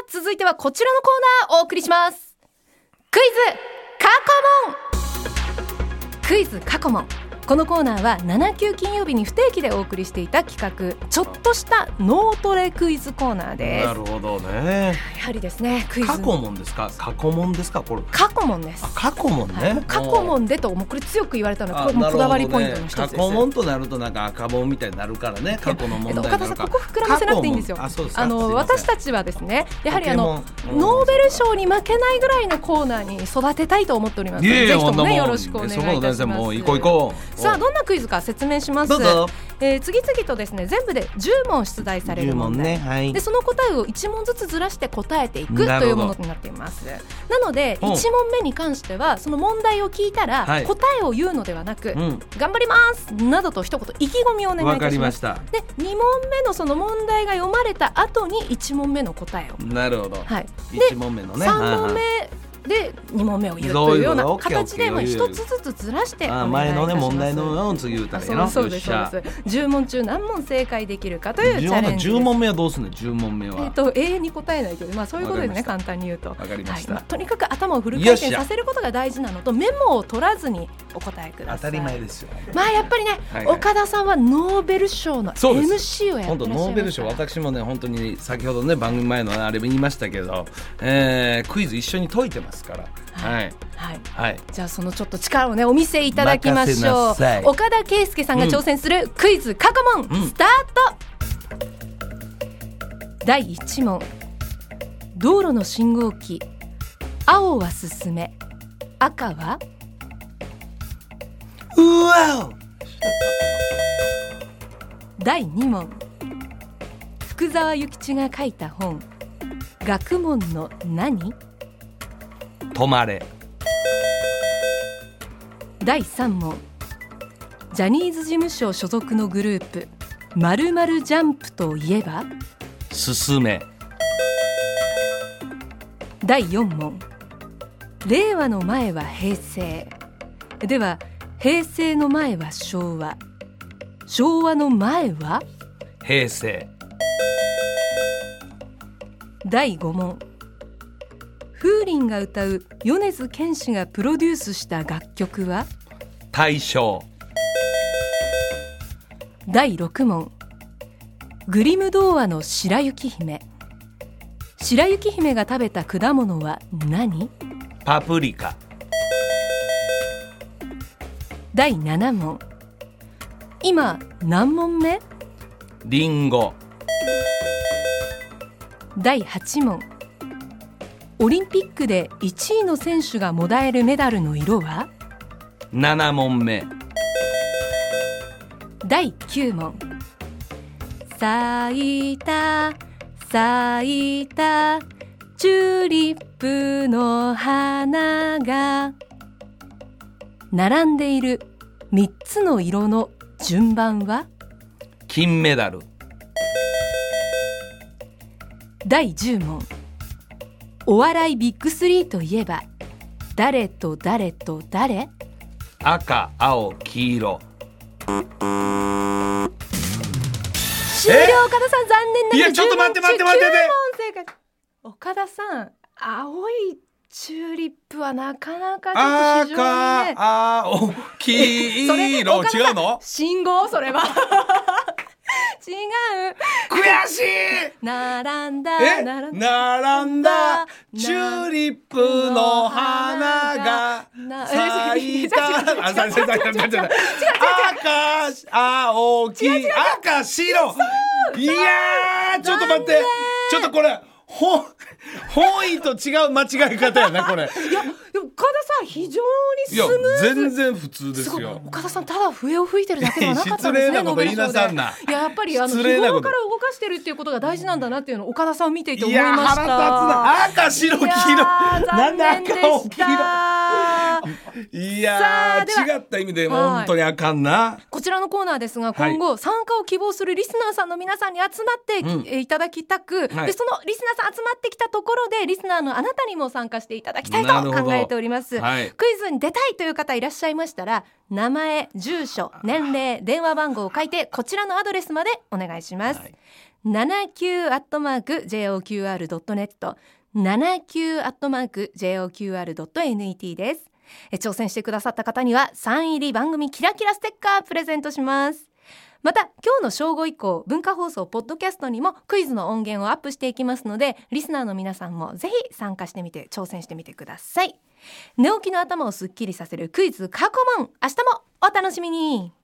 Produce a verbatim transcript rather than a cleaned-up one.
続いてはこちらのコーナーをお送りします。クイズ過去問。クイズ過去問、このコーナーはなな級金曜日に不定期でお送りしていた企画、ちょっとした脳トレクイズコーナーです。 なるほどね。 やはりですね、クイズ過去問ですか、過去問ですか、これ過去問です。 あ、過去問ね、 はい、過去問でともうこれ強く言われたので、これもこだわりポイントの一つです。 過去問となるとなんか赤本みたいになるからね、過去の問題になるから。 岡田さん、ここ膨らませなくていいんですよ。 あ、そうですか。 あの私たちはですね、やはりあのノーベル賞に負けないぐらいのコーナーに育てたいと思っております。ぜひともね、よろしくお願いいたします。 もう行こう行こう。 さあ、どんなクイズか説明します。 どうぞ。 えー、次々とですね、全部でじゅう問出題される問題、 じゅう問ね、はい、 でその答えをいち問ずつずらして答えていくというものになっています。なのでいち問目に関してはその問題を聞いたら、はい、答えを言うのではなく、うん、頑張りますなどと一言意気込みをお願いいたします。 わかりました。でに問目のその問題が読まれた後にいち問目の答えを。 なるほど、 はい、 いち問目のね、 さん問目でに問目を言うというような形で一つずつずらしてお願いいたします。 前のね問題のを次言うたらいいの。 そうですそうです。じゅう問中何問正解できるかというチャレンジです。 じゅう問目はどうすんの。じゅう問目は、 えー、と永遠に答えないという、まあ、そういうことですね。簡単に言うと、 わかりました、 はい、まあ、とにかく頭をフル回転させることが大事なのと、メモを取らずにお答えください。 当たり前ですよ。 まあやっぱりね、はいはい、岡田さんはノーベル賞の エムシー をやってらっしゃいますから。本当ノーベル賞、私もね本当に先ほどね番組前のあれも言いましたけど、えー、クイズ一緒に解いてますから。はいはいはい、じゃあそのちょっと力をねお見せいただきましょう。岡田圭佑さんが挑戦するクイズ過去問、うん、スタート。だいいち問、道路の信号機、青は進め、赤は。 うわお。 だいに問、福沢諭吉が書いた本、学問の何。 止まれ。 だいさん問、ジャニーズ事務所所属のグループ〇〇ジャンプといえば。 進め。 だいよん問、令和の前は平成では平成の前は昭和、昭和の前は平成。 だいご問、風鈴が歌う米津玄師がプロデュースした楽曲は。 大正。 だいろく問、グリム童話の白雪姫、白雪姫が食べた果物は何。 パプリカ。 だいなな問、今何問目。 リンゴ。 だいはち問、オリンピックでいちいの選手がもらえるメダルの色は。 なな問目。 だいきゅう問、咲いた咲いたチューリップの花が、並んでいるみっつの色の順番は。 金メダル。 だいじゅう問、お笑いビッグスリーといえば誰と誰と誰。 赤青黄色。 終了。岡田さん残念ながら。 いやちょっと待って待って待って、ね、 岡田さん、青いチューリップはなかなかちょっと非常にね。 赤青黄色違うの。 信号それは違う。 悔しい。 並んだ並んだ並んだチューリップの花が咲いた。赤青黄赤白。いやーちょっと待って、ちょっとこれほ本意と違う間違い方やなこれ。 いやでも岡田さん非常にスムーズ。 全然普通ですよ。 岡田さんただ笛を吹いてるだけではなかったんですね。 失礼なこと言いなさんな。 いややっぱりあの日頃から動かしてるっていうことが大事なんだなっていうのを岡田さんを見ていて思いました。いや腹立つな。赤白黄色。なんで赤青黄色。いや違った意味で本当にあかんな、はい、 こちらのコーナーですが今後、はい、参加を希望するリスナーさんの皆さんに集まって、うん、いただきたく、はい、でそのリスナーさん集まってきたところでリスナーのあなたにも参加していただきたいと考えております、はい、クイズに出たいという方いらっしゃいましたら名前、住所、年齢、電話番号を書いてこちらのアドレスまでお願いします、はい、 ななきゅうアットマーク ジェイオーキューアールドットネット ななきゅうアットマーク ジェイオーキューアールドットネット です。え挑戦してくださった方にはサイン入り番組キラキラステッカープレゼントします。また今日の正午以降、文化放送ポッドキャストにもクイズの音源をアップしていきますので、リスナーの皆さんもぜひ参加してみて挑戦してみてください。寝起きの頭をすっきりさせるクイズ過去問、明日もお楽しみに。